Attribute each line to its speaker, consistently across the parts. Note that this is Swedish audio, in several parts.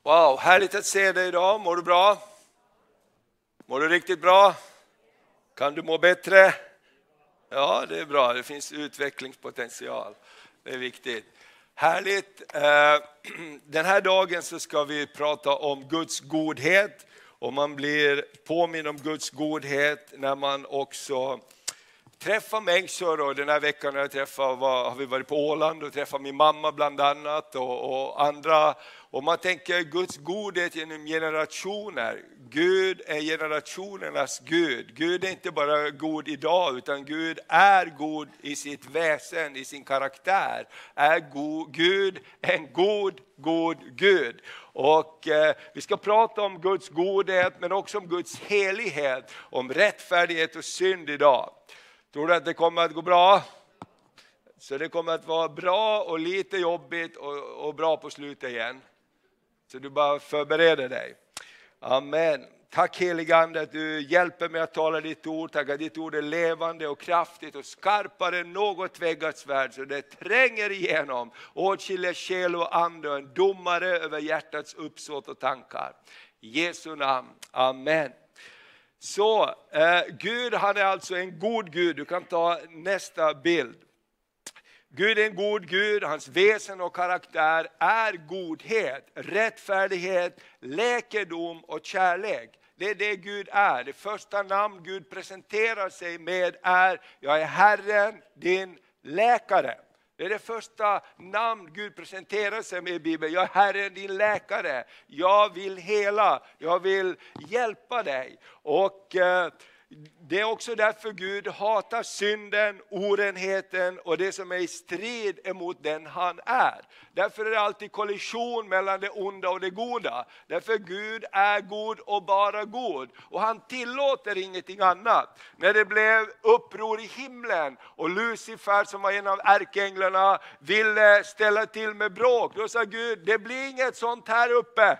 Speaker 1: Wow, härligt att se dig idag. Mår du bra? Mår du riktigt bra? Kan du må bättre? Ja, det är bra. Det finns utvecklingspotential. Det är viktigt. Härligt. Den här dagen så ska vi prata om Guds godhet. Och man blir påminn om Guds godhet när man också träffar människor. Och den här veckan har vi varit på Åland och träffat min mamma bland annat och andra. Och man tänker Guds godhet genom generationer. Gud är generationernas Gud. Gud är inte bara god idag, utan Gud är god i sitt väsen, i sin karaktär. Gud är en god Gud. Och vi ska prata om Guds godhet, men också om Guds helighet, om rättfärdighet och synd idag. Tror du att det kommer att gå bra? Så det kommer att vara bra och lite jobbigt och bra på slutet igen. Så du bara förbereder dig. Amen. Tack helige Ande att du hjälper mig att tala ditt ord. Tack att ditt ord är levande och kraftigt och skarpare än något tveeggat svärd. Så det tränger igenom åtskilliga själ och ande och en domare över hjärtats uppsåt och tankar. I Jesu namn. Amen. Så Gud, han är alltså en god Gud. Du kan ta nästa bild. Gud är en god Gud, hans väsen och karaktär är godhet, rättfärdighet, läkedom och kärlek. Det är det Gud är. Det första namn Gud presenterar sig med är: jag är Herren, din läkare. Det är det första namn Gud presenterar sig med i Bibeln. Jag är Herren, din läkare. Jag vill hela, jag vill hjälpa dig. Och det är också därför Gud hatar synden, orenheten och det som är i strid emot den han är. Därför är det alltid kollision mellan det onda och det goda. Därför Gud är god och bara god. Och han tillåter ingenting annat. När det blev uppror i himlen och Lucifer, som var en av ärkeänglarna, ville ställa till med bråk, då sa Gud: det blir inget sånt här uppe.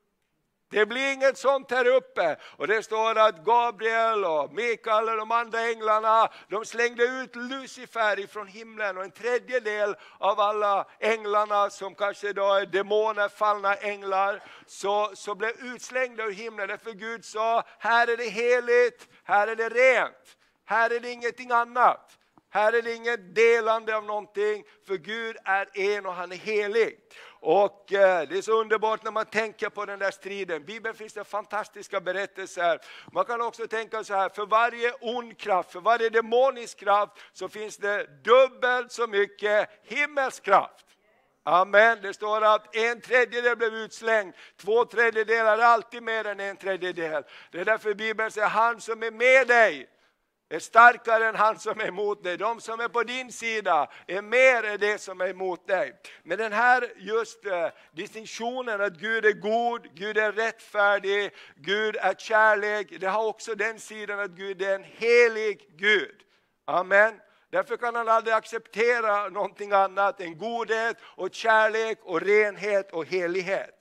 Speaker 1: Det blir inget sånt här uppe. Och det står att Gabriel och Mikael och de andra änglarna, de slängde ut Lucifer ifrån himlen. Och en tredjedel av alla änglarna, som kanske då är demoner, fallna änglar, så blev utslängda ur himlen. Därför Gud sa: här är det heligt, här är det rent, här är det ingenting annat. Här är det inget delande av någonting, för Gud är en och han är helig. Och det är så underbart när man tänker på den där striden. I Bibeln finns det fantastiska berättelser. Man kan också tänka så här: för varje ond kraft, för varje demonisk kraft, så finns det dubbelt så mycket himmelskraft. Amen. Det står att 1/3 blev utslängd. 2/3 är alltid mer än 1/3. Det är därför Bibeln säger: han som är med dig är starkare än han som är emot dig. De som är på din sida är mer än det som är emot dig. Men den här just distinktionen att Gud är god, Gud är rättfärdig, Gud är kärlek, det har också den sidan att Gud är en helig Gud. Amen. Därför kan han aldrig acceptera någonting annat än godhet och kärlek och renhet och helighet.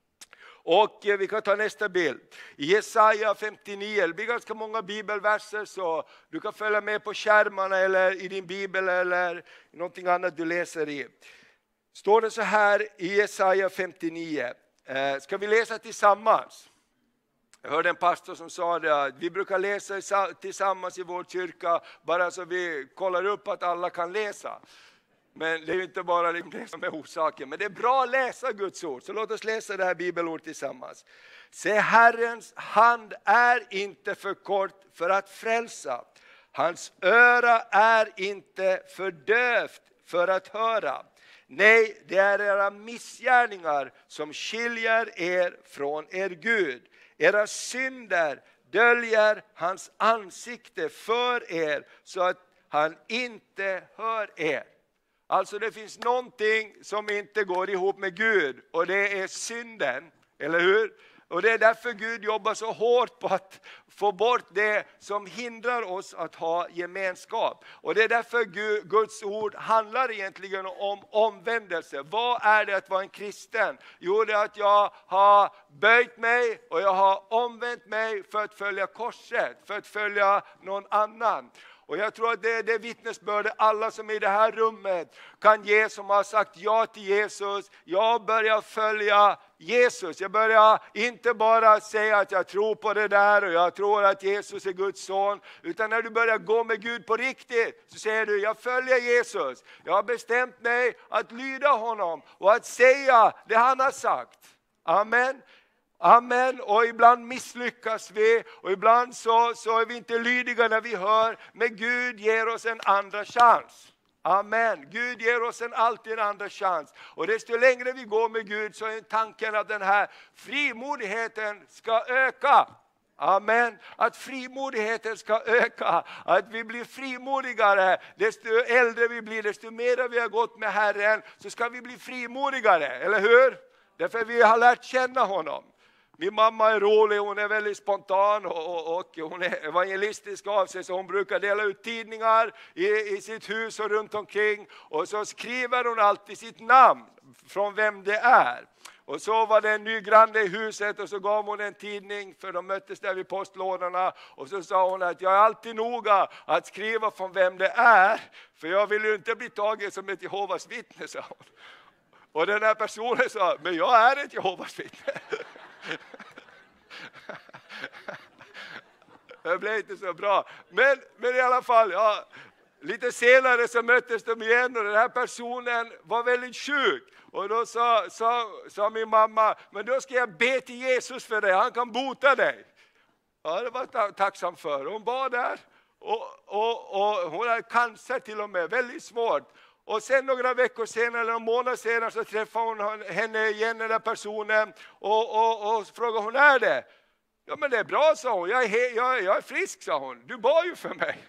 Speaker 1: Och vi kan ta nästa bild. I Jesaja 59, det blir ganska många bibelverser, så du kan följa med på skärmarna eller i din bibel eller någonting annat du läser i. Står det så här i Jesaja 59. Ska vi läsa tillsammans? Jag hörde en pastor som sa det, att vi brukar läsa tillsammans i vår kyrka, bara så vi kollar upp att alla kan läsa. Men det är ju inte bara det som är orsaken. Men det är bra att läsa Guds ord. Så låt oss läsa det här bibelordet tillsammans. Se, Herrens hand är inte för kort för att frälsa. Hans öra är inte för dövt för att höra. Nej, det är era missgärningar som skiljer er från er Gud. Era synder döljer hans ansikte för er så att han inte hör er. Alltså det finns någonting som inte går ihop med Gud, och det är synden, eller hur? Och det är därför Gud jobbar så hårt på att få bort det som hindrar oss att ha gemenskap. Och det är därför Guds ord handlar egentligen om omvändelse. Vad är det att vara en kristen? Jo, det är att jag har böjt mig och jag har omvänt mig för att följa korset, för att följa någon annan. Och jag tror att det är det vittnesbördet alla som är i det här rummet kan ge, som har sagt ja till Jesus. Jag börjar följa Jesus. Jag börjar inte bara säga att jag tror på det där och jag tror att Jesus är Guds son. Utan när du börjar gå med Gud på riktigt så säger du, jag följer Jesus. Jag har bestämt mig att lyda honom och att säga det han har sagt. Amen. Amen. Och ibland misslyckas vi och ibland så är vi inte lydiga när vi hör. Men Gud ger oss en andra chans. Amen. Gud ger oss alltid en andra chans. Och desto längre vi går med Gud så är tanken att den här frimodigheten ska öka. Amen. Att frimodigheten ska öka. Att vi blir frimodigare. Desto äldre vi blir, desto mer vi har gått med Herren så ska vi bli frimodigare. Eller hur? Därför vi har lärt känna honom. Min mamma är rolig, hon är väldigt spontan och hon är evangelistisk av sig. Så hon brukar dela ut tidningar i sitt hus och runt omkring. Och så skriver hon alltid sitt namn från vem det är. Och så var det en ny granne i huset och så gav hon en tidning för de möttes där vid postlådorna. Och så sa hon att jag är alltid noga att skriva från vem det är. För jag vill ju inte bli tagen som ett Jehovas vittne, sa hon. Och den här personen sa, men jag är ett Jehovas vittne. Det blev inte så bra. Men i alla fall, ja, lite senare så möttes de igen och den här personen var väldigt sjuk. Och då sa min mamma, men då ska jag be till Jesus för dig, han kan bota dig. Ja, det var jag tacksam för. Hon var där och hon hade cancer till och med, väldigt svårt. Och sen några veckor senare, eller en månad senare så träffade hon henne igen, den där personen. Och frågade hon, är det? Ja men det är bra, sa hon. Jag är frisk, sa hon. Du bad ju för mig.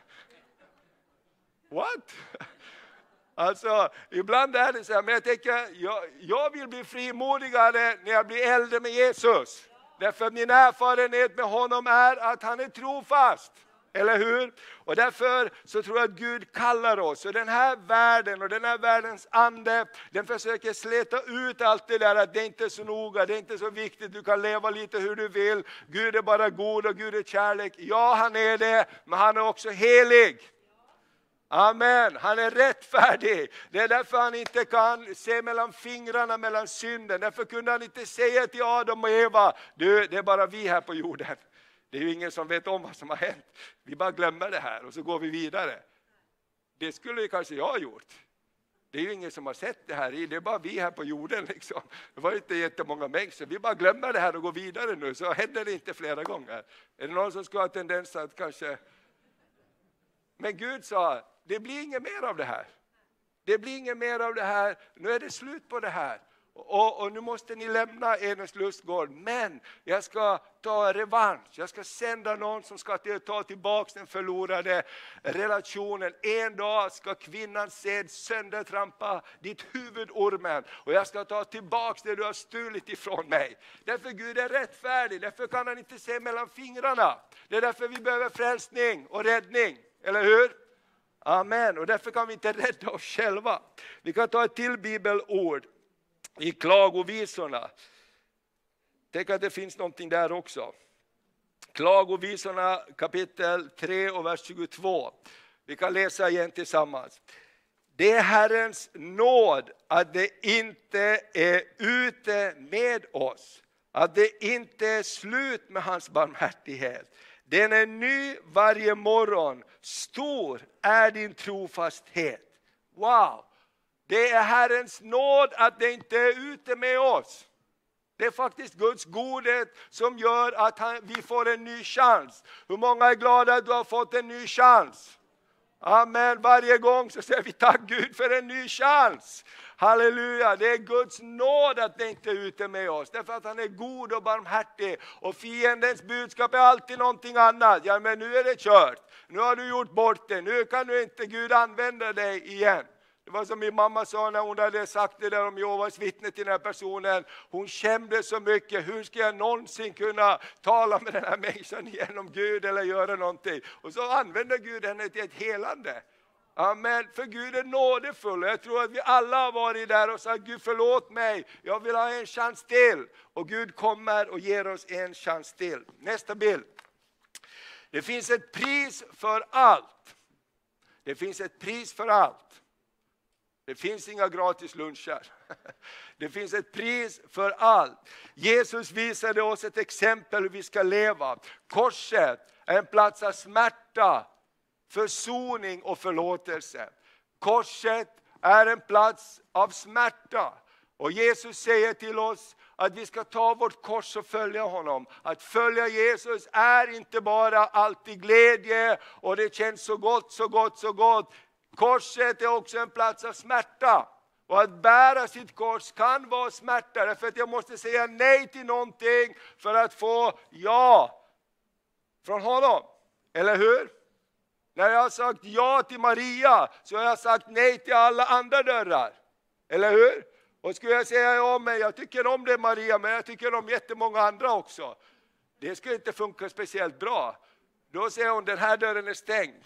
Speaker 1: What? Alltså, ibland är det så här, men jag tänker, jag vill bli frimodigare när jag blir äldre med Jesus. Därför min erfarenhet med honom är att han är trofast. Eller hur? Och därför så tror jag att Gud kallar oss. Och den här världen och den här världens ande, den försöker släta ut allt det där att det inte är så noga, det är inte så viktigt, du kan leva lite hur du vill. Gud är bara god och Gud är kärlek. Ja, han är det, men han är också helig. Amen, han är rättfärdig. Det är därför han inte kan se mellan fingrarna mellan synden. Därför kunde han inte säga till Adam och Eva, du, det är bara vi här på jorden. Det är ju ingen som vet om vad som har hänt. Vi bara glömmer det här och så går vi vidare. Det skulle ju kanske jag ha gjort. Det är ju ingen som har sett det här. Det är bara vi här på jorden. Liksom. Det var inte jättemånga människor. Vi bara glömmer det här och går vidare nu. Så händer det inte flera gånger. Är det någon som ska ha tendens att kanske... Men Gud sa, det blir inget mer av det här. Det blir inget mer av det här. Nu är det slut på det här. Och nu måste ni lämna Edens lustgård. Men jag ska ta revansch. Jag ska sända någon som ska ta tillbaka den förlorade relationen. En dag ska kvinnans sed söndertrampa ditt huvud, ormen. Och jag ska ta tillbaka det du har stulit ifrån mig. Därför Gud är rättfärdig. Därför kan han inte se mellan fingrarna. Det är därför vi behöver frälsning och räddning. Eller hur? Amen. Och därför kan vi inte rädda oss själva. Vi kan ta ett till bibelord. I klagovisorna. Tänk att det finns någonting där också. Klagovisorna kapitel 3 och vers 22. Vi kan läsa igen tillsammans. Det är Herrens nåd att det inte är ute med oss. Att det inte är slut med hans barmhärtighet. Den är ny varje morgon. Stor är din trofasthet. Wow! Det är Herrens nåd att det inte är ute med oss. Det är faktiskt Guds godhet som gör att vi får en ny chans. Hur många är glada att du har fått en ny chans? Amen. Varje gång så säger vi tack Gud för en ny chans. Halleluja. Det är Guds nåd att det inte är ute med oss. Därför att han är god och barmhärtig. Och fiendens budskap är alltid någonting annat. Ja men nu är det kört. Nu har du gjort bort det. Nu kan du inte Gud använda dig igen. Det var som min mamma sa när hon hade sagt det där om Jehovas vittne till den här personen. Hon kände så mycket. Hur ska jag någonsin kunna tala med den här människan genom Gud eller göra någonting? Och så använder Gud henne till ett helande. Amen. För Gud är nådefull. Jag tror att vi alla har varit där och sagt Gud förlåt mig. Jag vill ha en chans till. Och Gud kommer och ger oss en chans till. Nästa bild. Det finns ett pris för allt. Det finns ett pris för allt. Det finns inga gratis luncher. Det finns ett pris för allt. Jesus visade oss ett exempel hur vi ska leva. Korset är en plats av smärta, försoning och förlåtelse. Korset är en plats av smärta. Och Jesus säger till oss att vi ska ta vårt kors och följa honom. Att följa Jesus är inte bara alltid glädje och det känns så gott, så gott, så gott. Korset är också en plats av smärta. Och att bära sitt kors kan vara smärta. Därför att jag måste säga nej till någonting för att få ja från honom. Eller hur? När jag har sagt ja till Maria så har jag sagt nej till alla andra dörrar. Eller hur? Och skulle jag säga ja, men jag tycker om det Maria, men jag tycker om jättemånga andra också. Det skulle inte funka speciellt bra. Då säger hon, den här dörren är stängd.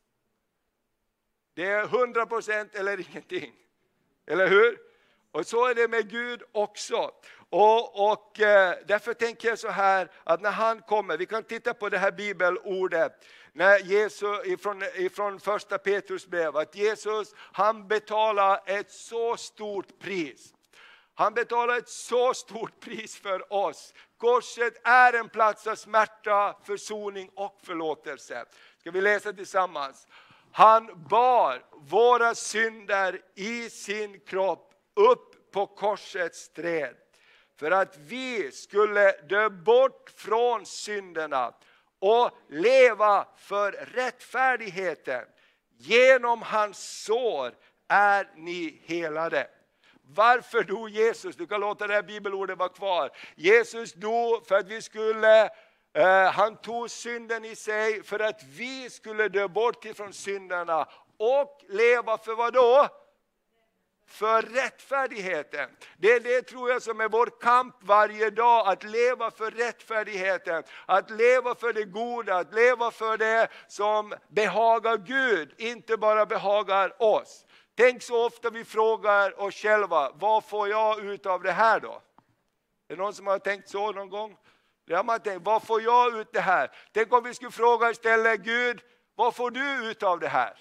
Speaker 1: Det är 100% eller ingenting. Eller hur? Och så är det med Gud också. Och därför tänker jag så här, att när han kommer, vi kan titta på det här bibelordet. När Jesus, ifrån första Petrus brev, att Jesus han betalar ett så stort pris. Han betalar ett så stort pris för oss. Korset är en plats av smärta, försoning och förlåtelse. Ska vi läsa tillsammans? Han bar våra synder i sin kropp upp på korsets träd. För att vi skulle dö bort från synderna och leva för rättfärdigheten. Genom hans sår är ni helade. Varför dog Jesus? Du kan låta det här bibelordet vara kvar. Jesus dog för att vi skulle, han tog synden i sig för att vi skulle dö bort ifrån synderna och leva för vad då? För rättfärdigheten. Det är det tror jag som är vår kamp varje dag. Att leva för rättfärdigheten. Att leva för det goda. Att leva för det som behagar Gud. Inte bara behagar oss. Tänk så ofta vi frågar oss själva. Vad får jag ut av det här då? Är det någon som har tänkt så någon gång? Det har man tänkt. Vad får jag ut det här? Tänk om vi skulle fråga istället. Gud, vad får du ut av det här?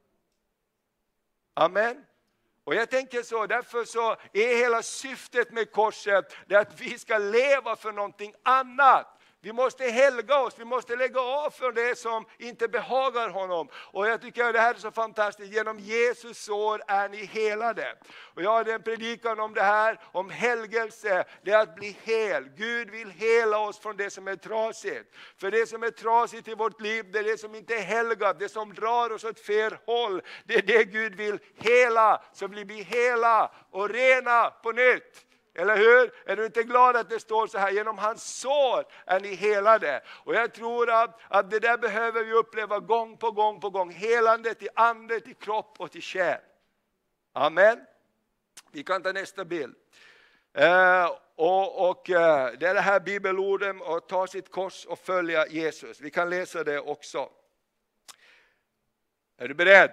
Speaker 1: Amen. Och jag tänker så, därför så är hela syftet med korset det att vi ska leva för någonting annat. Vi måste helga oss, vi måste lägga av för det som inte behagar honom. Och jag tycker att det här är så fantastiskt, genom Jesus sår är ni helade. Och jag hade en predikan om det här, om helgelse, det är att bli hel. Gud vill hela oss från det som är trasigt. För det som är trasigt i vårt liv, det är det som inte är helgat, det som drar oss åt fel håll. Det är det Gud vill hela, så vi blir hela och rena på nytt. Eller hur? Är du inte glad att det står så här? Genom hans sår är ni helade. Och jag tror att det där behöver vi uppleva gång på gång på gång. Helande till ande, till kropp och till själ. Amen. Vi kan ta nästa bild. Det är det här bibelorden att ta sitt kors och följa Jesus. Vi kan läsa det också. Är du beredd?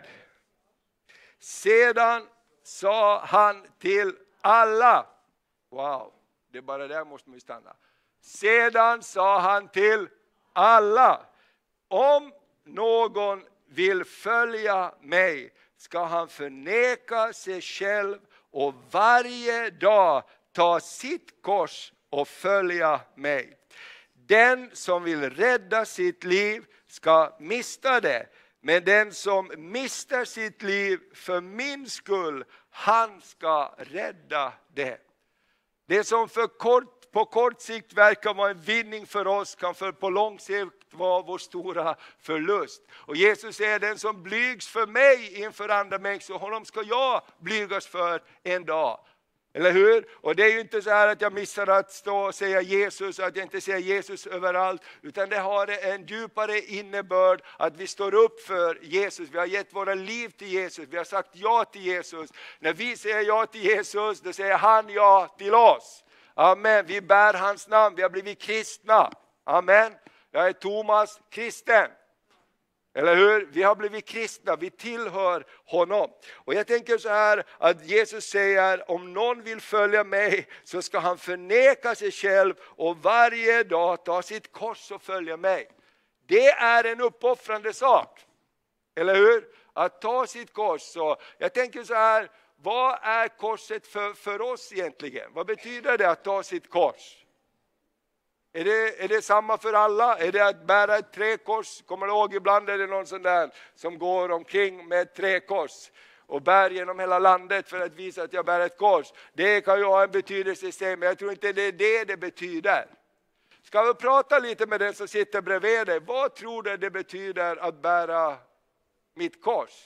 Speaker 1: Sedan sa han till alla. Wow, det är bara där måste man stanna. Sedan sa han till alla. Om någon vill följa mig ska han förneka sig själv och varje dag ta sitt kors och följa mig. Den som vill rädda sitt liv ska mista det. Men den som mister sitt liv för min skull, han ska rädda det. Det som på kort sikt verkar vara en vinning för oss kan på lång sikt vara vår stora förlust. Och Jesus säger, den som blygs för mig inför andra människor, honom ska jag blygas för en dag. Eller hur? Och det är ju inte så här att jag missar att stå och säga Jesus, att jag inte säger Jesus överallt. Utan det har en djupare innebörd att vi står upp för Jesus. Vi har gett våra liv till Jesus. Vi har sagt ja till Jesus. När vi säger ja till Jesus, då säger han ja till oss. Amen. Vi bär hans namn. Vi har blivit kristna. Amen. Jag är Thomas kristen. Eller hur? Vi har blivit kristna, vi tillhör honom. Och jag tänker så här att Jesus säger, om någon vill följa mig så ska han förneka sig själv och varje dag ta sitt kors och följa mig. Det är en uppoffrande sak. Eller hur? Att ta sitt kors. Så jag tänker så här, vad är korset för oss egentligen? Vad betyder det att ta sitt kors? Är det samma för alla? Är det att bära ett träkors? Kommer du ihåg, ibland är det någon sån där som går omkring med ett träkors och bär genom hela landet för att visa att jag bär ett kors. Det kan ju ha en betydelse i sig, men jag tror inte det är det betyder. Ska vi prata lite med den som sitter bredvid dig? Vad tror du det betyder att bära mitt kors?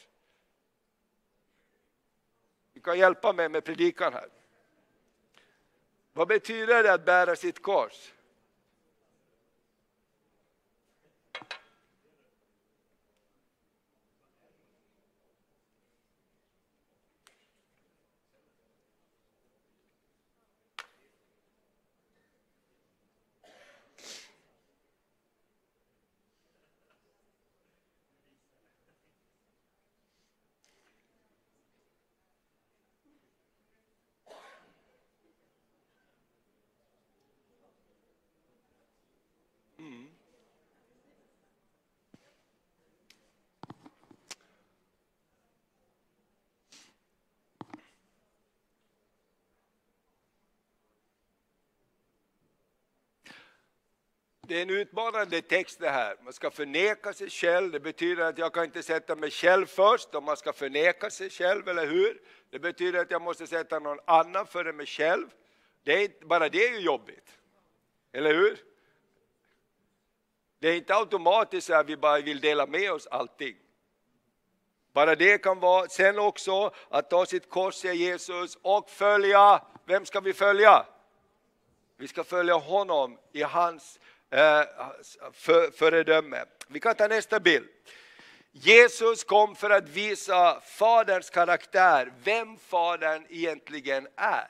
Speaker 1: Du kan hjälpa mig med predikan här. Vad betyder det att bära sitt kors? Det är en utmanande text det här. Man ska förneka sig själv. Det betyder att jag kan inte sätta mig själv först om man ska förneka sig själv, eller hur? Det betyder att jag måste sätta någon annan före mig själv. Bara det är ju jobbigt. Eller hur? Det är inte automatiskt att vi bara vill dela med oss allting. Bara det kan vara sen också att ta sitt kors, säger Jesus, och följa. Vem ska vi följa? Vi ska följa honom i hans föredöme. Vi kan ta nästa bild. Jesus kom för att visa faderns karaktär, vem fadern egentligen är.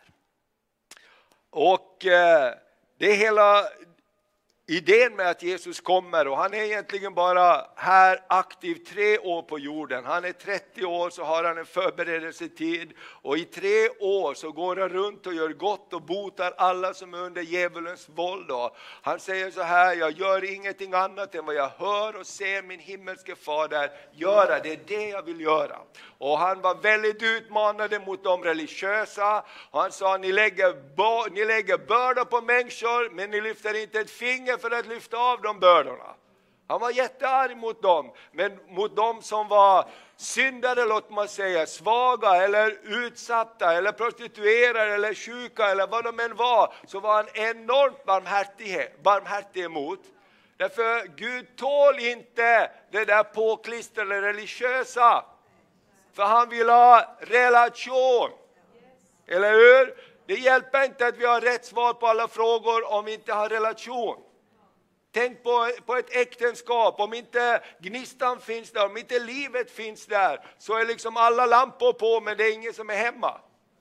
Speaker 1: Och det är hela idén med att Jesus kommer, och han är egentligen bara här aktiv 3 år på jorden. Han är 30 år, så har han en förberedelsetid, och i 3 år så går han runt och gör gott och botar alla som är under djävulens våld. Och han säger så här: jag gör ingenting annat än vad jag hör och ser min himmelske fader göra. Det är det jag vill göra. Och han var väldigt utmanande mot de religiösa. Och han sa: ni lägger bördor på människor, men ni lyfter inte ett finger för att lyfta av de bördorna. Han var jättearg mot dem, men mot dem som var syndare, låt man säga, svaga eller utsatta eller prostituerade eller sjuka eller vad de än var, så var han enormt barmhärtig emot. Därför Gud tål inte det där påklistrade religiösa, för han vill ha relation. Eller hur? Det hjälper inte att vi har rätt svar på alla frågor om vi inte har relation. Tänk på ett äktenskap. Om inte gnistan finns där, om inte livet finns där, så är liksom alla lampor på, men det är ingen som är hemma.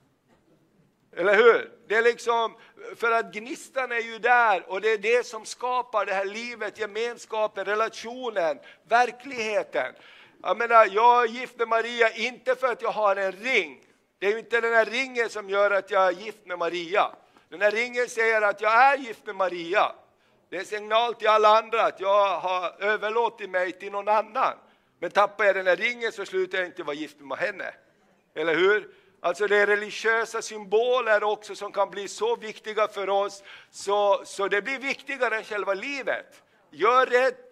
Speaker 1: Eller hur? Det är liksom, för att gnistan är ju där, och det är det som skapar det här livet, gemenskapen, relationen, verkligheten. Jag menar, jag är gift med Maria inte för att jag har en ring. Det är ju inte den här ringen som gör att jag är gift med Maria. Den här ringen säger att jag är gift med Maria. Det är en signal till alla andra att jag har överlåtit mig till någon annan. Men tappar jag den här ringen så slutar jag inte vara gift med henne. Eller hur? Alltså det är religiösa symboler också som kan bli så viktiga för oss. Så det blir viktigare än själva livet. Gör rätt.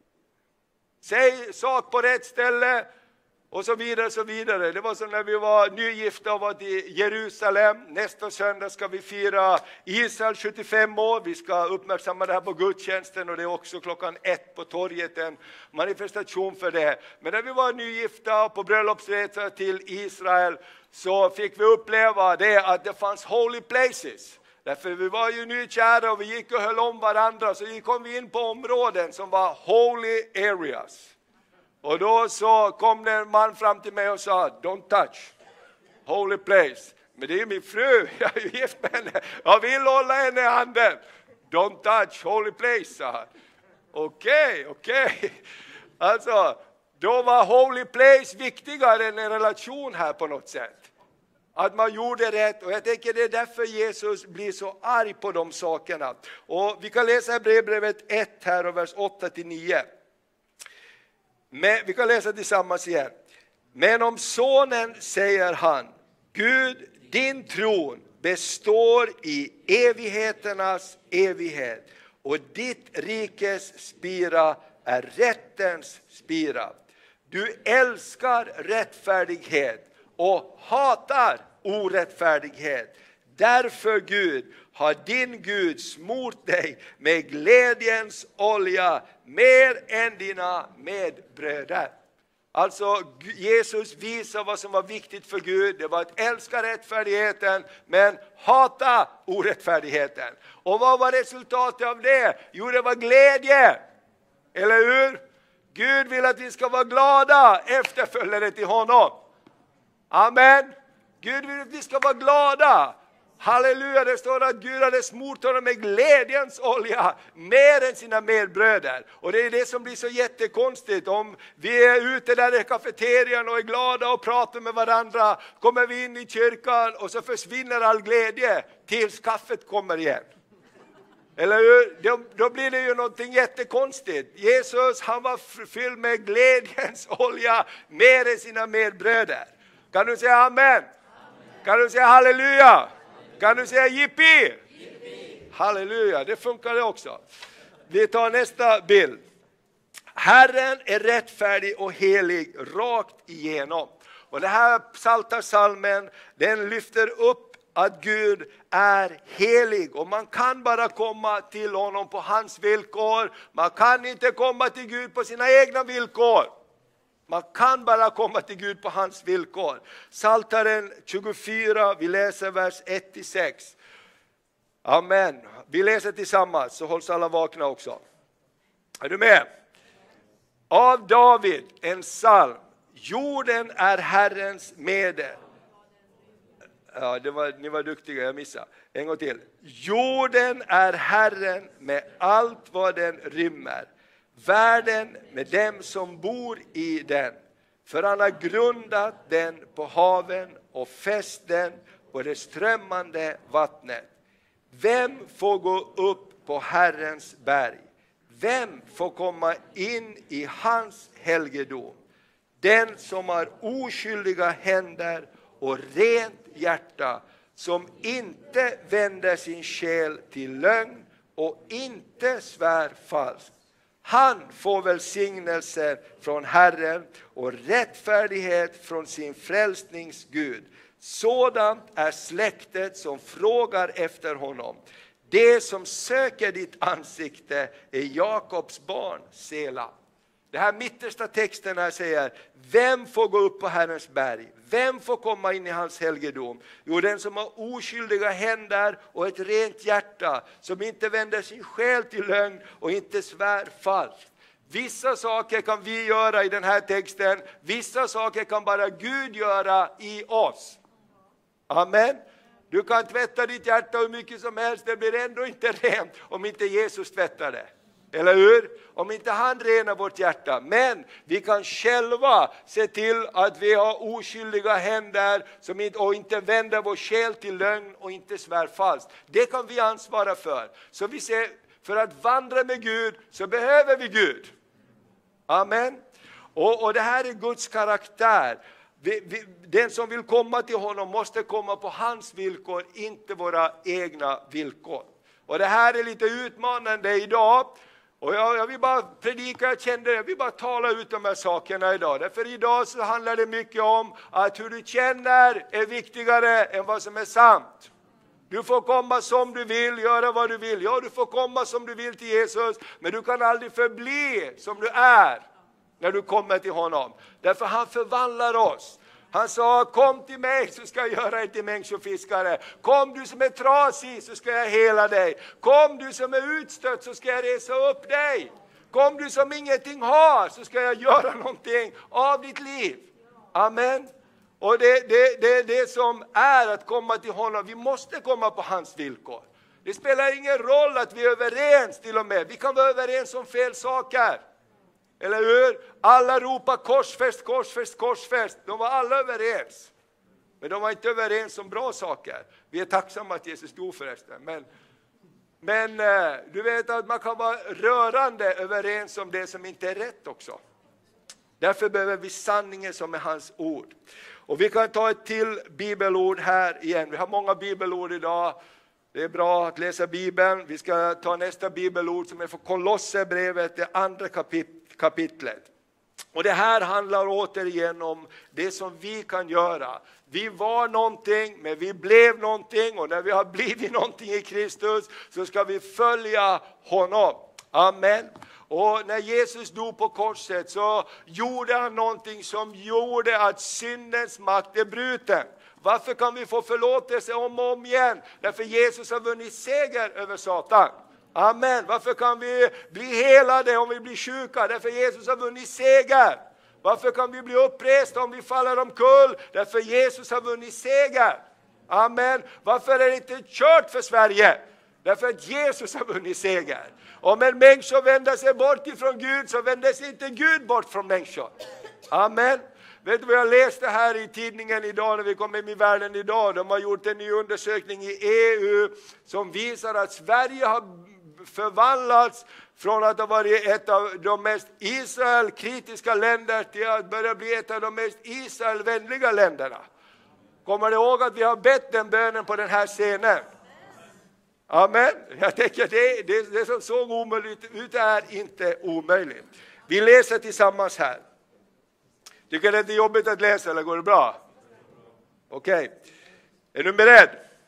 Speaker 1: Säg sak på rätt ställe. Och så vidare, så vidare. Det var som när vi var nygifta och var i Jerusalem. Nästa söndag ska vi fira Israel 75 år. Vi ska uppmärksamma det här på gudstjänsten, och det är också 1:00 på torget en manifestation för det. Men när vi var nygifta och på bröllopsresa till Israel, så fick vi uppleva det att det fanns holy places. Därför vi var ju nykära och vi gick och höll om varandra, så kom vi in på områden som var holy areas. Och då så kom det en man fram till mig och sa: don't touch, holy place. Men det är min fru, jag är ju gift med henne. Jag vill hålla henne i handen. Don't touch, holy place, sa han. Okej. Alltså, då var holy place viktigare än en relation här på något sätt. Att man gjorde rätt, och jag tänker det är därför Jesus blir så arg på de sakerna. Och vi kan läsa Hebreerbrevet 1 här och vers 8-9. Men vi kan läsa tillsammans igen. Men om sonen säger han: Gud, din tron består i evigheternas evighet och ditt rikes spira är rättens spira. Du älskar rättfärdighet och hatar orättfärdighet. Därför Gud har din Gud smort dig med glädjens olja mer än dina medbröder. Alltså Jesus visar vad som var viktigt för Gud. Det var att älska rättfärdigheten men hata orättfärdigheten. Och vad var resultatet av det? Jo, det var glädje. Eller hur? Gud vill att vi ska vara glada efterföljare till honom. Amen. Gud vill att vi ska vara glada. Halleluja, det står att Gud hade smort honom med glädjens olja mer än sina medbröder. Och det är det som blir så jättekonstigt. Om vi är ute där i kafeterian och är glada och pratar med varandra, kommer vi in i kyrkan och så försvinner all glädje tills kaffet kommer igen. Eller hur? Då blir det ju någonting jättekonstigt. Jesus, han var fylld med glädjens olja mer än sina medbröder. Kan du säga amen? Kan du säga halleluja? Kan du säga jippi? Halleluja, det funkar det också. Vi tar nästa bild. Herren är rättfärdig och helig rakt igenom. Och det här psaltarpsalmen, den lyfter upp att Gud är helig. Och man kan bara komma till honom på hans villkor. Man kan inte komma till Gud på sina egna villkor. Man kan bara komma till Gud på hans villkor. Psaltaren 24, vi läser vers 1-6. Amen. Vi läser tillsammans så hålls alla vakna också. Är du med? Av David, en psalm. Jorden är Herrens medel. Ja, ni var duktiga, jag missade. En gång till. Jorden är Herren med allt vad den rymmer. Världen med dem som bor i den. För han har grundat den på haven och fäst den på det strömmande vattnet. Vem får gå upp på Herrens berg? Vem får komma in i hans helgedom? Den som har oskyldiga händer och rent hjärta, som inte vänder sin själ till lögn och inte svär falskt. Han får välsignelse från Herren och rättfärdighet från sin frälsnings Gud. Sådant är släktet som frågar efter honom. Det som söker ditt ansikte är Jakobs barn, Sela. Det här mittersta texten här säger, vem får gå upp på Herrens berg? Vem får komma in i hans helgedom? Jo, den som har oskyldiga händer och ett rent hjärta, som inte vänder sin själ till lögn och inte svär falskt. Vissa saker kan vi göra i den här texten, vissa saker kan bara Gud göra i oss. Amen. Du kan tvätta ditt hjärta hur mycket som helst, det blir ändå inte rent om inte Jesus tvättar det. Eller hur? Om inte han renar vårt hjärta. Men vi kan själva se till att vi har oskyldiga händer och inte vänder vår själ till lögn och inte svär falskt. Det kan vi ansvara för. Så vi ser, för att vandra med Gud så behöver vi Gud. Amen. Och det här är Guds karaktär. Den som vill komma till honom måste komma på hans villkor, inte våra egna villkor. Och det här är lite utmanande idag. Och jag vill bara predika, jag vill bara tala ut de här sakerna idag. Därför idag så handlar det mycket om att hur du känner är viktigare än vad som är sant. Du får komma som du vill, göra vad du vill. Ja, du får komma som du vill till Jesus, men du kan aldrig förbli som du är när du kommer till honom. Därför han förvandlar oss. Han sa, kom till mig så ska jag göra er till människofiskare. Kom du som är trasig så ska jag hela dig. Kom du som är utstött så ska jag resa upp dig. Kom du som ingenting har så ska jag göra någonting av ditt liv. Amen. Och det som är att komma till honom, vi måste komma på hans villkor. Det spelar ingen roll att vi är överens till och med. Vi kan vara överens om fel saker. Eller hur? Alla ropar korsfäst, korsfäst, korsfäst. De var alla överens. Men de var inte överens om bra saker. Vi är tacksamma att Jesus dog förresten. Men du vet att man kan vara rörande överens om det som inte är rätt också. Därför behöver vi sanningen som är hans ord. Och vi kan ta ett till bibelord här igen. Vi har många bibelord idag. Det är bra att läsa Bibeln. Vi ska ta nästa bibelord som är från Kolosserbrevet, det andra kapitlet. Och det här handlar återigen om det som vi kan göra. Vi var någonting, men vi blev någonting. Och när vi har blivit någonting i Kristus så ska vi följa honom. Amen. Och när Jesus dog på korset så gjorde han någonting som gjorde att syndens makt är bruten. Varför kan vi få förlåtelse om och om igen? Därför Jesus har vunnit seger över Satan. Amen. Varför kan vi bli helade om vi blir sjuka? Därför Jesus har vunnit seger. Varför kan vi bli uppresta om vi faller omkull? Därför Jesus har vunnit seger. Amen. Varför är det inte kört för Sverige? Därför att Jesus har vunnit seger. Om en människa vänder sig bort ifrån Gud så vänder sig inte Gud bort från människan. Amen. Vet du vad jag läste här i tidningen idag när vi kom in i världen idag? De har gjort en ny undersökning i EU som visar att Sverige har förvandlats från att ha varit ett av de mest Israel-kritiska länder till att börja bli ett av de mest Israel-vänliga länderna. Kommer ni ihåg att vi har bett den bönen på den här scenen? Amen. Jag tänker det som såg omöjligt ut är inte omöjligt. Vi läser tillsammans här. Tycker det är jobbigt att läsa eller går det bra? Okej. Är du beredd?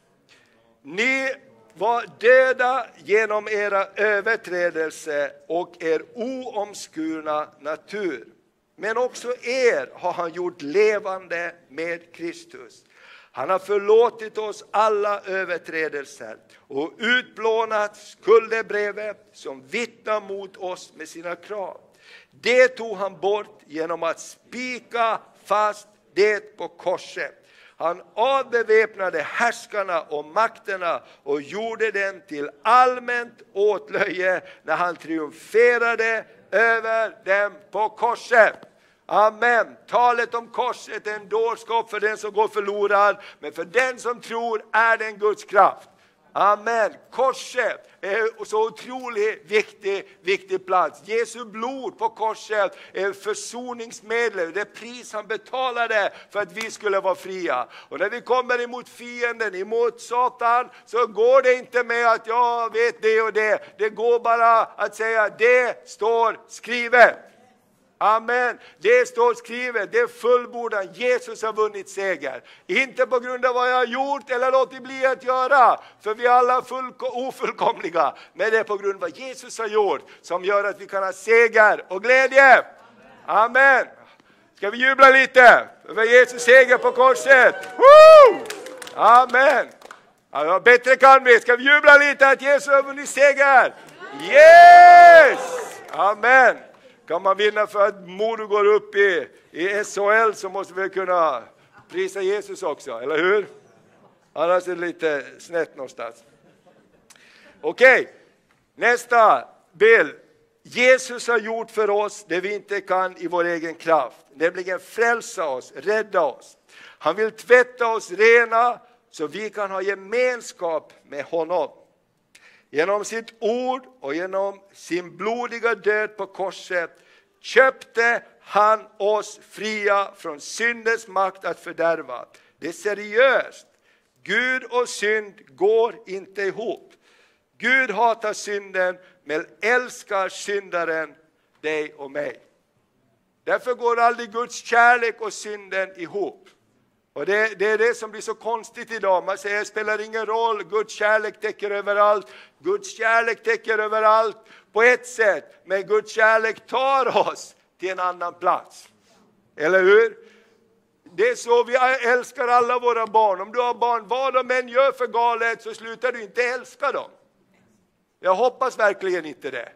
Speaker 1: Ni var döda genom era överträdelser och er oomskurna natur. Men också er har han gjort levande med Kristus. Han har förlåtit oss alla överträdelser och utplånat skuldebrevet som vittnar mot oss med sina krav. Det tog han bort genom att spika fast det på korset. Han avbeväpnade härskarna och makterna och gjorde den till allmänt åtlöje när han triumferade över dem på korset. Amen. Talet om korset är en dårskap för den som går förlorad, men för den som tror är det en Guds kraft. Amen. Korset är så otroligt viktig plats. Jesu blod på korset är försoningsmedel. Det pris han betalade för att vi skulle vara fria. Och när vi kommer emot fienden, emot Satan, så går det inte med att jag vet det och det. Det går bara att säga det står skrivet. Amen. Det står skrivet, det är fullbordat. Jesus har vunnit seger. Inte på grund av vad jag har gjort eller låtit bli att göra. För vi är alla ofullkomliga. Men det är på grund av vad Jesus har gjort som gör att vi kan ha seger och glädje. Amen. Ska vi jubla lite över Jesus seger på korset? Woo! Amen. Ja, bättre kan vi. Ska vi jubla lite att Jesus har vunnit seger? Yes! Amen. Kan man vinna för att Modo går upp i SHL så måste vi kunna prisa Jesus också, eller hur? Annars är det lite snett någonstans. Okej, nästa bild. Jesus har gjort för oss det vi inte kan i vår egen kraft. Nämligen frälsa oss, rädda oss. Han vill tvätta oss rena så vi kan ha gemenskap med honom. Genom sitt ord och genom sin blodiga död på korset köpte han oss fria från syndens makt att fördärva. Det är seriöst. Gud och synd går inte ihop. Gud hatar synden men älskar syndaren, dig och mig. Därför går aldrig Guds kärlek och synden ihop. Och det är det som blir så konstigt idag. Man säger det spelar ingen roll, Guds kärlek täcker överallt. Guds kärlek täcker överallt på ett sätt. Men Guds kärlek tar oss till en annan plats. Eller hur? Det är så vi älskar alla våra barn. Om du har barn, vad de än gör för galet så slutar du inte älska dem. Jag hoppas verkligen inte det.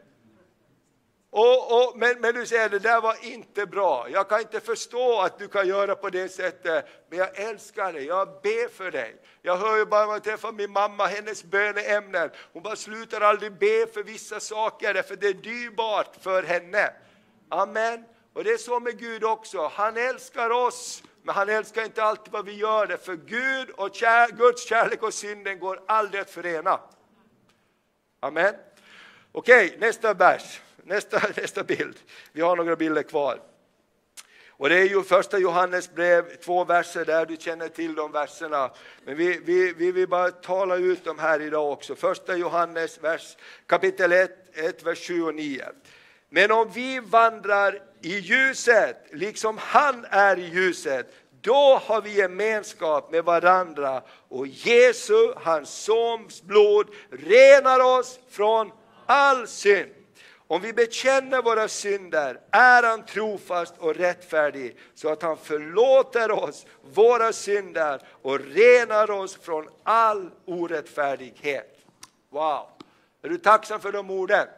Speaker 1: Men du säger det där var inte bra. Jag kan inte förstå att du kan göra på det sättet. Men jag älskar dig. Jag ber för dig. Jag hör ju bara när jag träffar min mamma. Hennes böneämnen. Hon bara slutar aldrig be för vissa saker. Därför det är dyrbart för henne. Amen. Och det är så med Gud också. Han älskar oss. Men han älskar inte alltid vad vi gör. Det. För Gud och Guds kärlek och synden går aldrig att förena. Amen. Okej, nästa vers. Nästa bild. Vi har några bilder kvar. Och det är ju första Johannes brev, 2 verser där, du känner till de verserna. Men vi vill bara tala ut dem här idag också. Första Johannes kapitel 1, vers 7 och 9. Men om vi vandrar i ljuset, liksom han är i ljuset, då har vi gemenskap med varandra. Och Jesu, hans sons blod, renar oss från all synd. Om vi bekänner våra synder är han trofast och rättfärdig, så att han förlåter oss våra synder och renar oss från all orättfärdighet. Wow! Är du tacksam för de orden?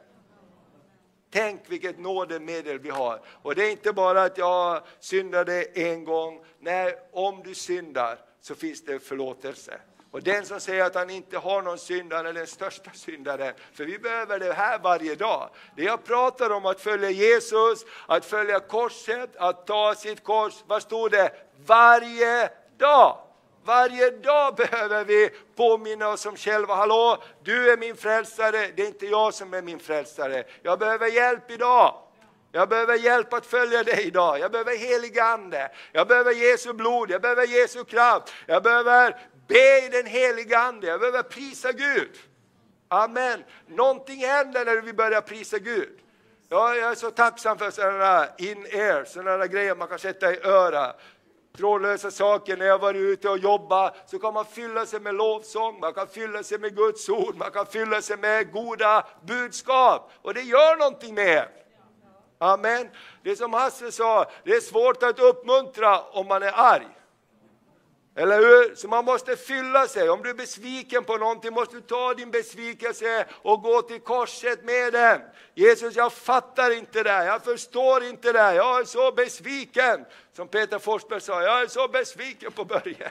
Speaker 1: Tänk vilket nådemedel vi har. Och det är inte bara att jag syndade en gång. Nej, om du syndar så finns det förlåtelse. Och den som säger att han inte har någon synd, han är den största syndaren. För vi behöver det här varje dag. Det jag pratar om att följa Jesus, att följa korset, att ta sitt kors. Vad stod det? Varje dag. Varje dag behöver vi påminna oss om själva. Hallå, du är min frälsare, det är inte jag som är min frälsare. Jag behöver hjälp idag. Jag behöver hjälp att följa dig idag. Jag behöver helig ande. Jag behöver Jesu blod. Jag behöver Jesu kraft. Jag behöver be i den heliga ande. Jag behöver prisa Gud. Amen. Någonting händer när vi börjar prisa Gud. Jag är så tacksam för sådana in-ear, sådana grejer man kan sätta i öra. Trådlösa saker. När jag var ute och jobbade så kan man fylla sig med lovsång, man kan fylla sig med Guds ord, man kan fylla sig med goda budskap. Och det gör någonting med. Amen. Det som Hasse sa, det är svårt att uppmuntra om man är arg. Eller hur? Så man måste fylla sig. Om du är besviken på någonting måste du ta din besvikelse och gå till korset med den. Jesus, jag fattar inte det. Jag förstår inte det. Jag är så besviken. Som Peter Forsberg sa, jag är så besviken på Börje.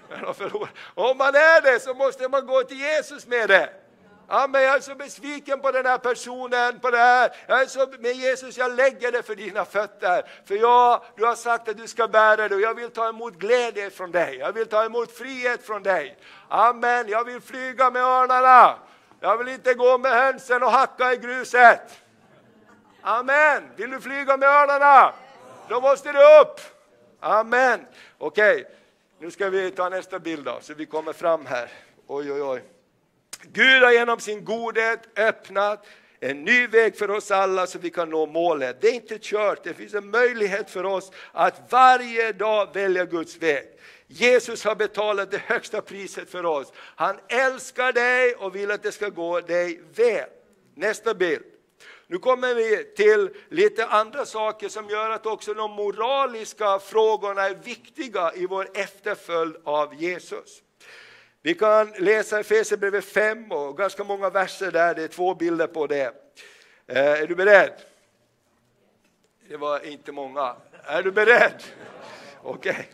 Speaker 1: Om man är det så måste man gå till Jesus med det. Ja, men jag är så besviken på den här personen, på det här. Men Jesus, jag lägger det för dina fötter. För du har sagt att du ska bära det och jag vill ta emot glädje från dig. Jag vill ta emot frihet från dig. Amen, jag vill flyga med örnarna. Jag vill inte gå med hönsen och hacka i gruset. Amen, vill du flyga med örnarna? Då måste du upp. Amen. Okej, nu ska vi ta nästa bild då, så vi kommer fram här. Oj. Gud har genom sin godhet öppnat en ny väg för oss alla så vi kan nå målet. Det är inte kört, det finns en möjlighet för oss att varje dag välja Guds väg. Jesus har betalat det högsta priset för oss. Han älskar dig och vill att det ska gå dig väl. Nästa bild. Nu kommer vi till lite andra saker som gör att också de moraliska frågorna är viktiga i vår efterföljd av Jesus. Vi kan läsa Efesierbrevet 5 och ganska många verser där. Det är 2 bilder på det. Är du beredd? Det var inte många. Är du beredd? Okej.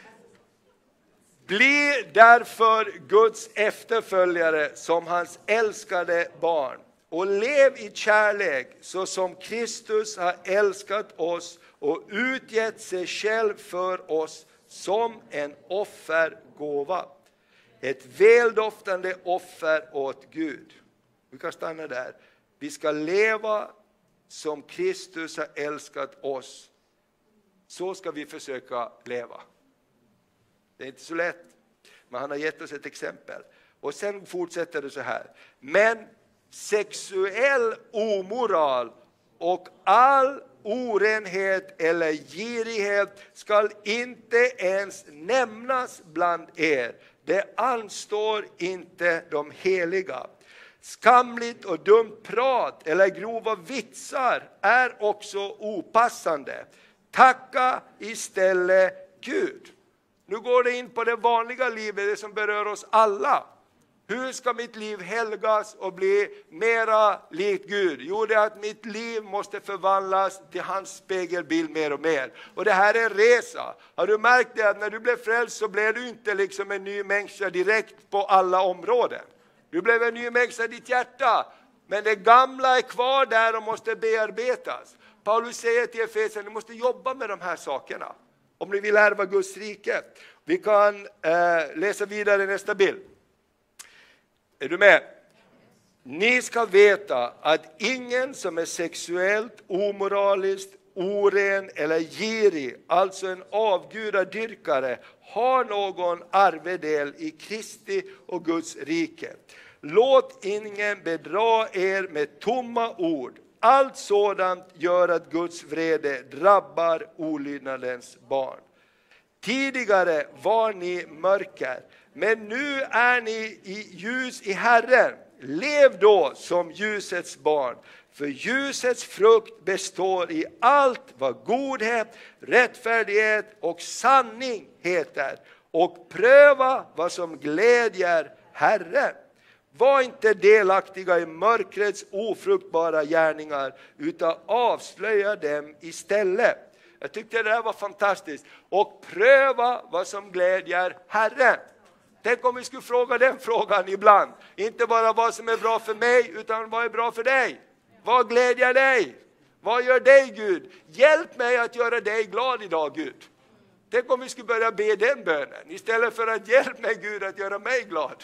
Speaker 1: Bli därför Guds efterföljare som hans älskade barn. Och lev i kärlek så som Kristus har älskat oss och utgett sig själv för oss som en offergåva. Ett väldoftande offer åt Gud. Vi kan stanna där. Vi ska leva som Kristus har älskat oss. Så ska vi försöka leva. Det är inte så lätt. Men han har gett oss ett exempel. Och sen fortsätter det så här. Men sexuell omoral och all orenhet eller girighet ska inte ens nämnas bland er. Det anstår inte de heliga. Skamligt och dumt prat eller grova vitsar är också opassande. Tacka istället Gud. Nu går det in på det vanliga livet, det som berör oss alla. Hur ska mitt liv helgas och bli mera likt Gud? Jo, det är att mitt liv måste förvandlas till hans spegelbild mer och mer. Och det här är en resa. Har du märkt det att när du blev frälst så blev du inte liksom en ny människa direkt på alla områden. Du blev en ny människa i ditt hjärta. Men det gamla är kvar där och måste bearbetas. Paulus säger till Efesierna, ni måste jobba med de här sakerna. Om ni vill ärva Guds rike. Vi kan läsa vidare nästa bild. Är du med? Ni ska veta att ingen som är sexuellt, omoraliskt, oren eller girig, alltså en avgudadyrkare, har någon arvedel i Kristi och Guds rike. Låt ingen bedra er med tomma ord. Allt sådant gör att Guds vrede drabbar olydnadens barn. Tidigare var ni mörker, men nu är ni i ljus i Herren. Lev då som ljusets barn. För ljusets frukt består i allt vad godhet, rättfärdighet och sanning heter. Och pröva vad som glädjer Herren. Var inte delaktiga i mörkrets ofruktbara gärningar, utan avslöja dem istället. Jag tyckte det där var fantastiskt. Och pröva vad som glädjer Herren. Tänk om vi skulle fråga den frågan ibland. Inte bara vad som är bra för mig, utan vad är bra för dig. Vad glädjer dig? Vad gör dig, Gud? Hjälp mig att göra dig glad idag, Gud. Tänk om vi skulle börja be den bönen, istället för att hjälp mig, Gud, att göra mig glad.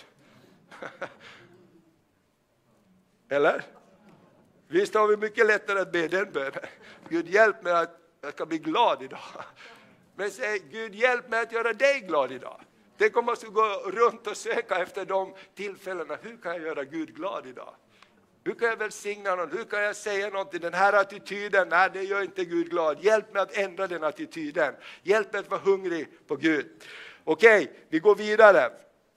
Speaker 1: Eller? Visst har vi mycket lättare att be den bönen. Gud, hjälp mig att jag ska bli glad idag. Men säg, Gud, hjälp mig att göra dig glad idag. Tänk om man ska gå runt och söka efter de tillfällena. Hur kan jag göra Gud glad idag? Hur kan jag välsigna någon? Hur kan jag säga något i den här attityden? Nej, det gör inte Gud glad. Hjälp mig att ändra den attityden. Hjälp mig att vara hungrig på Gud. Okej, vi går vidare.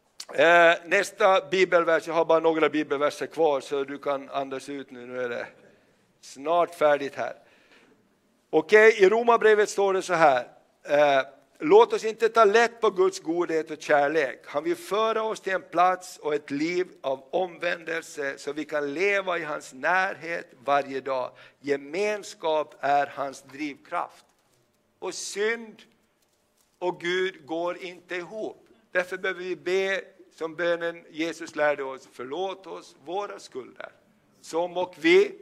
Speaker 1: Nästa bibelvers, jag har bara några bibelverser kvar så du kan andas ut nu. Nu är det snart färdigt här. Okej, i Romarbrevet står det så här. Låt oss inte ta lätt på Guds godhet och kärlek. Han vill föra oss till en plats och ett liv av omvändelse så vi kan leva i hans närhet varje dag. Gemenskap är hans drivkraft. Och synd och Gud går inte ihop. Därför behöver vi be som bönen Jesus lärde oss. Förlåt oss våra skulder. Som och vi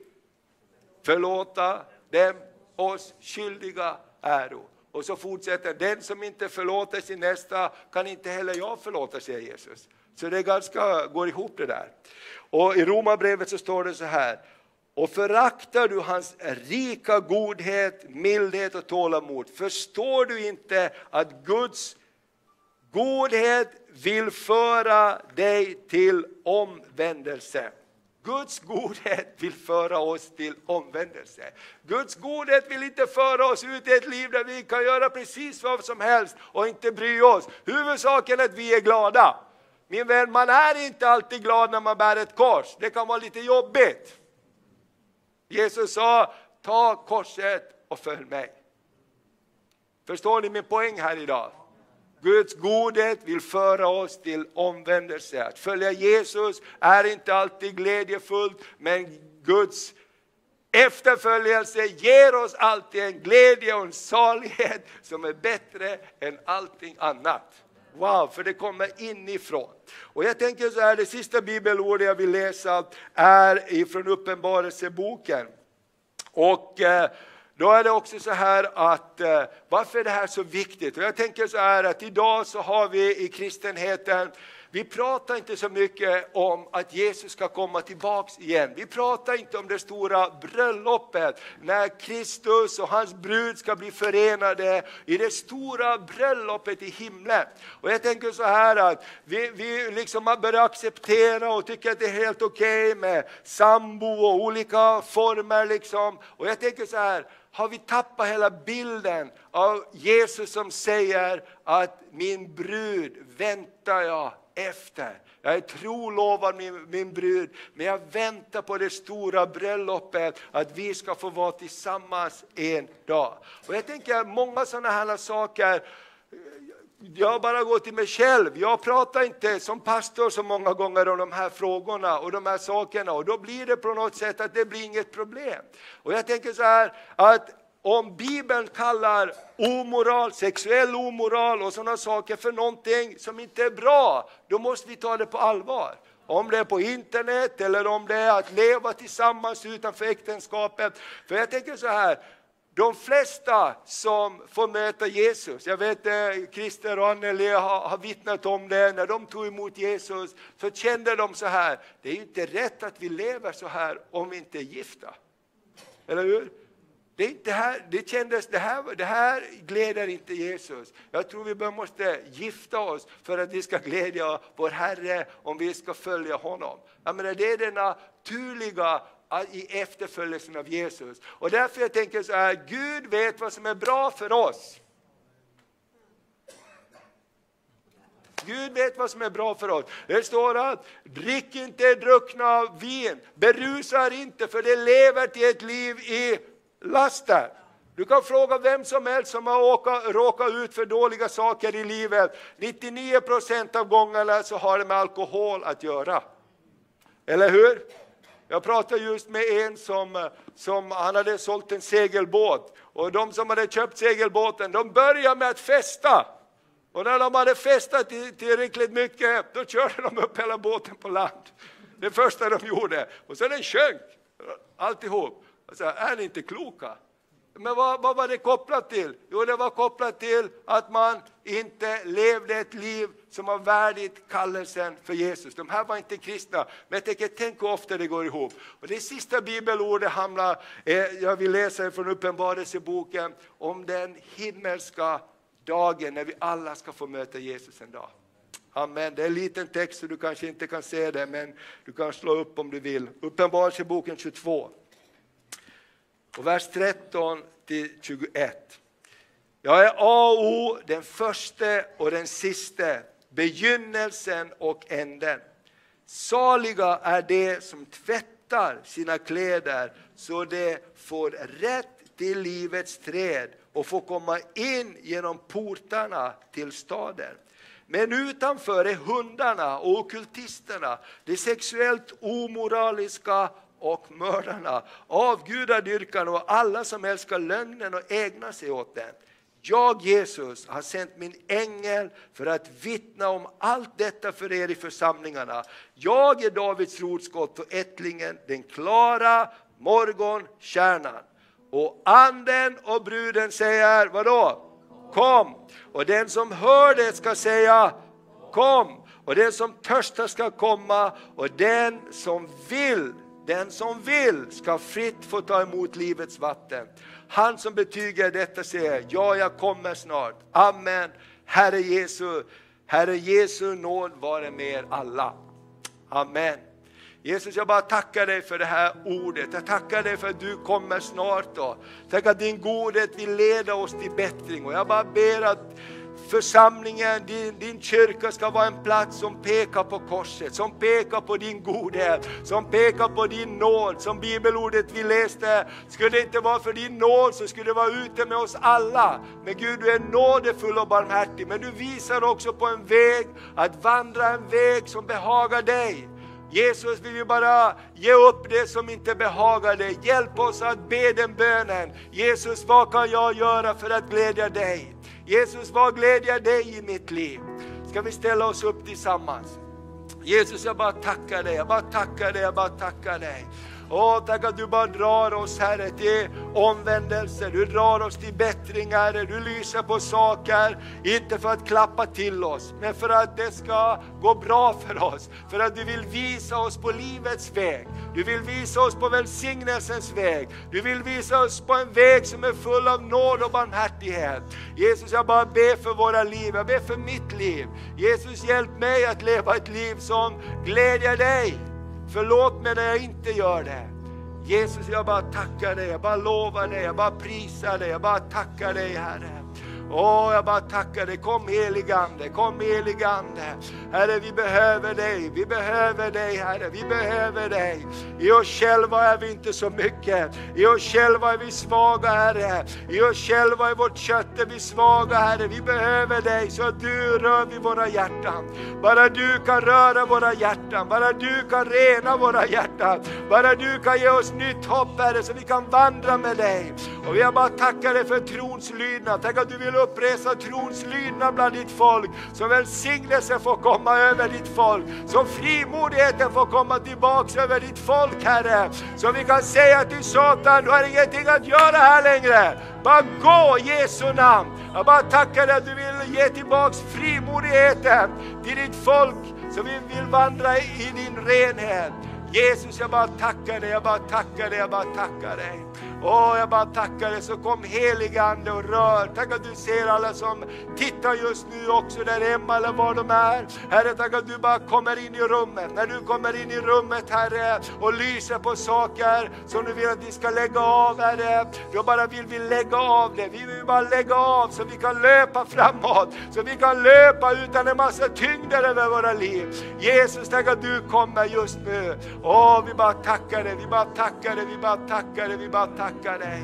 Speaker 1: förlåta dem oss skyldiga äro. Och så fortsätter, den som inte förlåter sin nästa kan inte heller jag förlåta, säger Jesus. Så det går ihop det där. Och i Romarbrevet så står det så här. Och föraktar du hans rika godhet, mildhet och tålamod, förstår du inte att Guds godhet vill föra dig till omvändelse. Guds godhet vill föra oss till omvändelse. Guds godhet vill inte föra oss ut i ett liv där vi kan göra precis vad som helst och inte bry oss. Huvudsaken är att vi är glada. Min vän, man är inte alltid glad när man bär ett kors. Det kan vara lite jobbigt. Jesus sa, ta korset och följ mig. Förstår ni min poäng här idag? Guds godhet vill föra oss till omvändelse. Att följa Jesus är inte alltid glädjefullt, men Guds efterföljelse ger oss alltid en glädje och en salighet som är bättre än allting annat. Wow, för det kommer inifrån. Och jag tänker så här, det sista bibelordet jag vill läsa är ifrån Uppenbarelseboken. Och då är det också så här att varför är det här så viktigt? Och jag tänker så här att idag så har vi i kristenheten, vi pratar inte så mycket om att Jesus ska komma tillbaks igen. Vi pratar inte om det stora bröllopet när Kristus och hans brud ska bli förenade i det stora bröllopet i himlen. Och jag tänker så här att vi liksom har börjat acceptera och tycker att det är helt okej med sambo och olika former liksom. Och jag tänker så här, har vi tappat hela bilden av Jesus som säger att min brud väntar jag efter. Jag är trolovad min brud, men jag väntar på det stora bröllopet, att vi ska få vara tillsammans en dag. Och jag tänker många sådana här saker, jag bara går till mig själv. Jag pratar inte som pastor så många gånger om de här frågorna och de här sakerna. Och då blir det på något sätt att det blir inget problem. Och jag tänker så här att om Bibeln kallar omoral, sexuell omoral och sådana saker för någonting som inte är bra, då måste vi ta det på allvar. Om det är på internet eller om det är att leva tillsammans utanför äktenskapet. För jag tänker så här, de flesta som får möta Jesus, jag vet Christer och Anneli har vittnat om det, när de tog emot Jesus så kände de så här, det är ju inte rätt att vi lever så här om vi inte är gifta. Eller hur? Det här gläder inte Jesus. Jag tror vi måste gifta oss för att vi ska glädja vår Herre om vi ska följa honom. Jag menar, det är det naturliga i efterföljelsen av Jesus. Och därför jag tänker så här, Gud vet vad som är bra för oss. Gud vet vad som är bra för oss. Det står att drick inte druckna vin, berusar inte, för det lever till ett liv i laster. Du kan fråga vem som helst som har råkat ut för dåliga saker i livet. 99% av gångerna så har det med alkohol att göra. Eller hur? Jag pratade just med en som han hade sålt en segelbåt. Och de som hade köpt segelbåten, de började med att festa. Och när de hade festat tillräckligt mycket, då körde de upp hela båten på land. Det första de gjorde. Och så den sjönk alltihop. Och så, är ni inte kloka? Men vad var det kopplat till? Jo, det var kopplat till att man inte levde ett liv som var värdigt kallelsen för Jesus. De här var inte kristna. Men tänk hur ofta det går ihop. Och det sista bibelordet jag vill läsa från Uppenbarelseboken om den himmelska dagen när vi alla ska få möta Jesus en dag. Amen. Det är en liten text så du kanske inte kan se det, men du kan slå upp om du vill. Uppenbarelseboken 22. Och vers 13 till 21. Jag är A och O, den första och den sista, begynnelsen och änden. Saliga är de som tvättar sina kläder så de får rätt till livets träd och får komma in genom portarna till staden. Men utanför är hundarna och ockultisterna, de sexuellt omoraliska och mördarna, avgudadyrkarna och alla som älskar lögnen och ägnar sig åt den. Jag, Jesus, har sänt min ängel för att vittna om allt detta för er i församlingarna. Jag är Davids rotskott och ättlingen, den klara morgonkärnan. Och anden och bruden säger, vadå? Kom. Och den som hör det ska säga, kom. Och den som törstar ska komma. Och den som vill ska fritt få ta emot livets vatten. Han som betygar detta säger, ja, jag kommer snart. Amen. Herre Jesu nåd vare med er alla. Amen. Jesus, jag bara tackar dig för det här ordet. Jag tackar dig för att du kommer snart då. Tack att din godhet vill leda oss till bättring. Och jag bara ber att församlingen, din kyrka ska vara en plats som pekar på korset. Som pekar på din godhet. Som pekar på din nåd. Som bibelordet vi läste. Skulle det inte vara för din nåd så skulle det vara ute med oss alla. Men Gud, du är nådefull och barmhärtig. Men du visar också på en väg. Att vandra en väg som behagar dig. Jesus, vill vi bara ge upp det som inte behagar dig. Hjälp oss att be den bönen. Jesus, vad kan jag göra för att glädja dig? Jesus, vad glädjer dig i mitt liv? Ska vi ställa oss upp tillsammans? Jesus, jag bara tackar dig. Jag bara tackar dig. Tack att du bara drar oss, Herre, till omvändelse. Du drar oss till bättring, Herre. Du lyser på saker, inte för att klappa till oss, men för att det ska gå bra för oss. För att du vill visa oss på livets väg. Du vill visa oss på välsignelsens väg. Du vill visa oss på en väg som är full av nåd och barmhärtighet. Jesus, jag bara ber för våra liv. Jag ber för mitt liv. Jesus, hjälp mig att leva ett liv som glädjer dig. Förlåt mig när jag inte gör det. Jesus, jag bara tackar dig. Jag bara lovar dig. Jag bara prisar dig. Jag bara tackar dig, Herre. Jag bara tackar dig. Kom heligande. Kom heligande. Herre, vi behöver dig. Vi behöver dig, Herre. Vi behöver dig. I oss själva är vi inte så mycket. I oss själva är vi svaga, Herre. I oss själva är vårt kött är vi svaga, Herre. Vi behöver dig så att du rör vid våra hjärtan. Bara du kan röra våra hjärtan. Bara du kan rena våra hjärtan. Bara du kan ge oss nytt hopp, Herre, så vi kan vandra med dig. Och vi har bara tackar dig för trons lydnad. Tack att du vill uppresa trons lydnad bland ditt folk. Så välsignelse får komma över ditt folk. Så frimodigheten får komma tillbaks över ditt folk, Herre. Så vi kan säga till Satan, du har ingenting att göra här längre. Bara gå i Jesu namn. Jag bara tackar dig att du vill ge tillbaks frimodigheten till ditt folk. Så vi vill vandra i din renhet. Jesus, jag bara tackar dig, jag bara tackar dig, jag bara tackar dig. Jag bara tackar dig, så kom heliga ande och rör. Tack att du ser alla som tittar just nu också där hemma eller var de är. Herre, tack att du bara kommer in i rummet. När du kommer in i rummet, Herre, och lyser på saker som du vill att vi ska lägga av, Herre. Då bara vill vi lägga av det. Vi vill bara lägga av så vi kan löpa framåt. Så vi kan löpa utan en massa tyngder över våra liv. Jesus, tack att du kommer just nu. Vi bara tackar dig, vi bara tackar dig, vi bara tackar dig, vi bara tackar dig.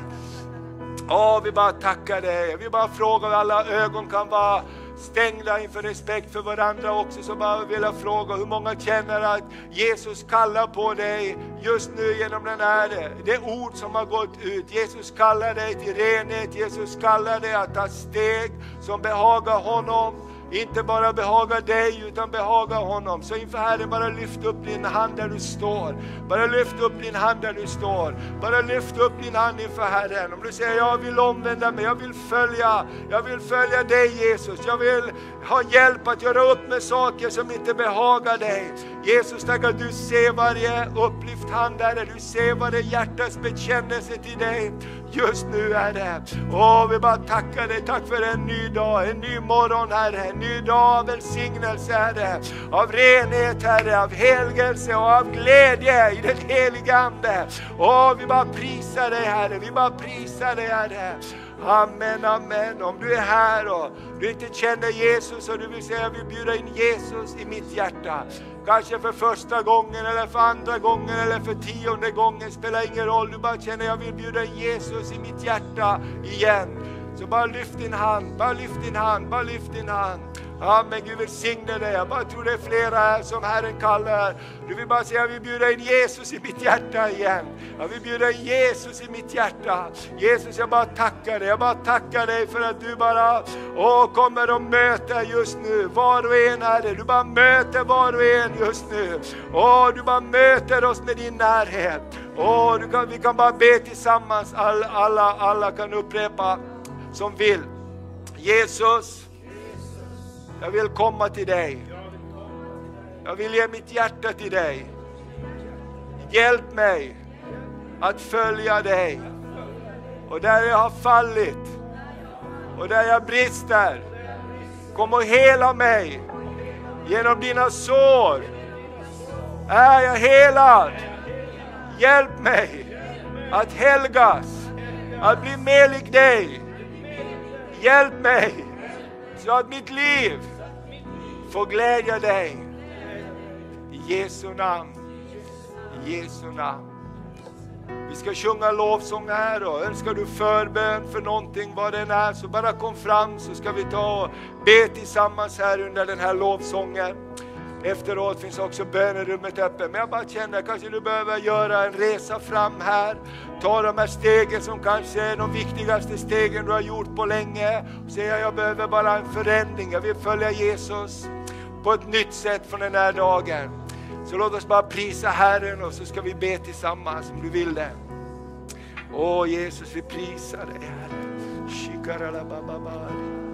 Speaker 1: Vi bara tackar dig. Vi bara frågar, alla ögon kan vara stängda inför respekt för varandra också, så bara vill jag fråga hur många känner att Jesus kallar på dig just nu genom den här, det ord som har gått ut. Jesus kallar dig till renhet, Jesus kallar dig att ta steg som behagar honom. Inte bara behaga dig utan behaga honom. Så inför Herren, bara lyft upp din hand där du står. Bara lyft upp din hand där du står. Bara lyft upp din hand inför Herren. Om du säger, jag vill omvända mig, jag vill följa dig Jesus. Jag vill ha hjälp att göra upp med saker som inte behagar dig. Jesus, tack att du ser varje upplyft hand, Herre. Du ser varje hjärtas bekännelse till dig just nu, Herre. Vi bara tackar dig, tack för en ny dag, en ny morgon, Herre. En ny dag av välsignelse, Herre. Av renhet, Herre, av helgelse och av glädje i den heliga ande. Vi bara prisar dig, Herre. Vi bara prisar dig, Herre. Amen, amen. Om du är här och du inte känner Jesus och du vill säga, jag vill bjuda in Jesus i mitt hjärta. Kanske för första gången eller för andra gången eller för 10:e gången, spelar ingen roll. Du bara känner, jag vill bjuda in Jesus i mitt hjärta igen. Så bara lyft din hand, bara lyft din hand, bara lyft din hand. Amen, Gud välsigne dig. Jag bara tror det är flera här som Herren kallar. Du vill bara säga, jag vill bjuda in Jesus i mitt hjärta igen. Jag vill bjuda in Jesus i mitt hjärta. Jesus, jag bara tackar dig. Jag bara tackar dig för att du bara kommer och möter just nu var och en, Herre. Du bara möter var och en just nu. Du bara möter oss med din närhet. Vi kan bara be tillsammans. Alla kan upprepa som vill. Jesus, jag vill komma till dig. Jag vill ge mitt hjärta till dig. Hjälp mig att följa dig. Och där jag har fallit och där jag brister, kom och hela mig. Genom dina sår är jag helad. Hjälp mig att helgas, att bli mer lik dig. Hjälp mig så att mitt liv får glädja dig. I Jesu namn. I Jesu namn. Vi ska sjunga lovsång här, och önskar du förbön för någonting, vad den är, så bara kom fram, så ska vi ta och be tillsammans här under den här lovsången. Efteråt finns också bönerummet öppet. Men jag bara känner, kanske du behöver göra en resa fram här. Ta de här stegen som kanske är de viktigaste stegen du har gjort på länge. Och säga, jag behöver bara en förändring. Jag vill följa Jesus på ett nytt sätt från den här dagen. Så låt oss bara prisa Herren, och så ska vi be tillsammans om du vill det. Jesus, vi prisar dig, Herre.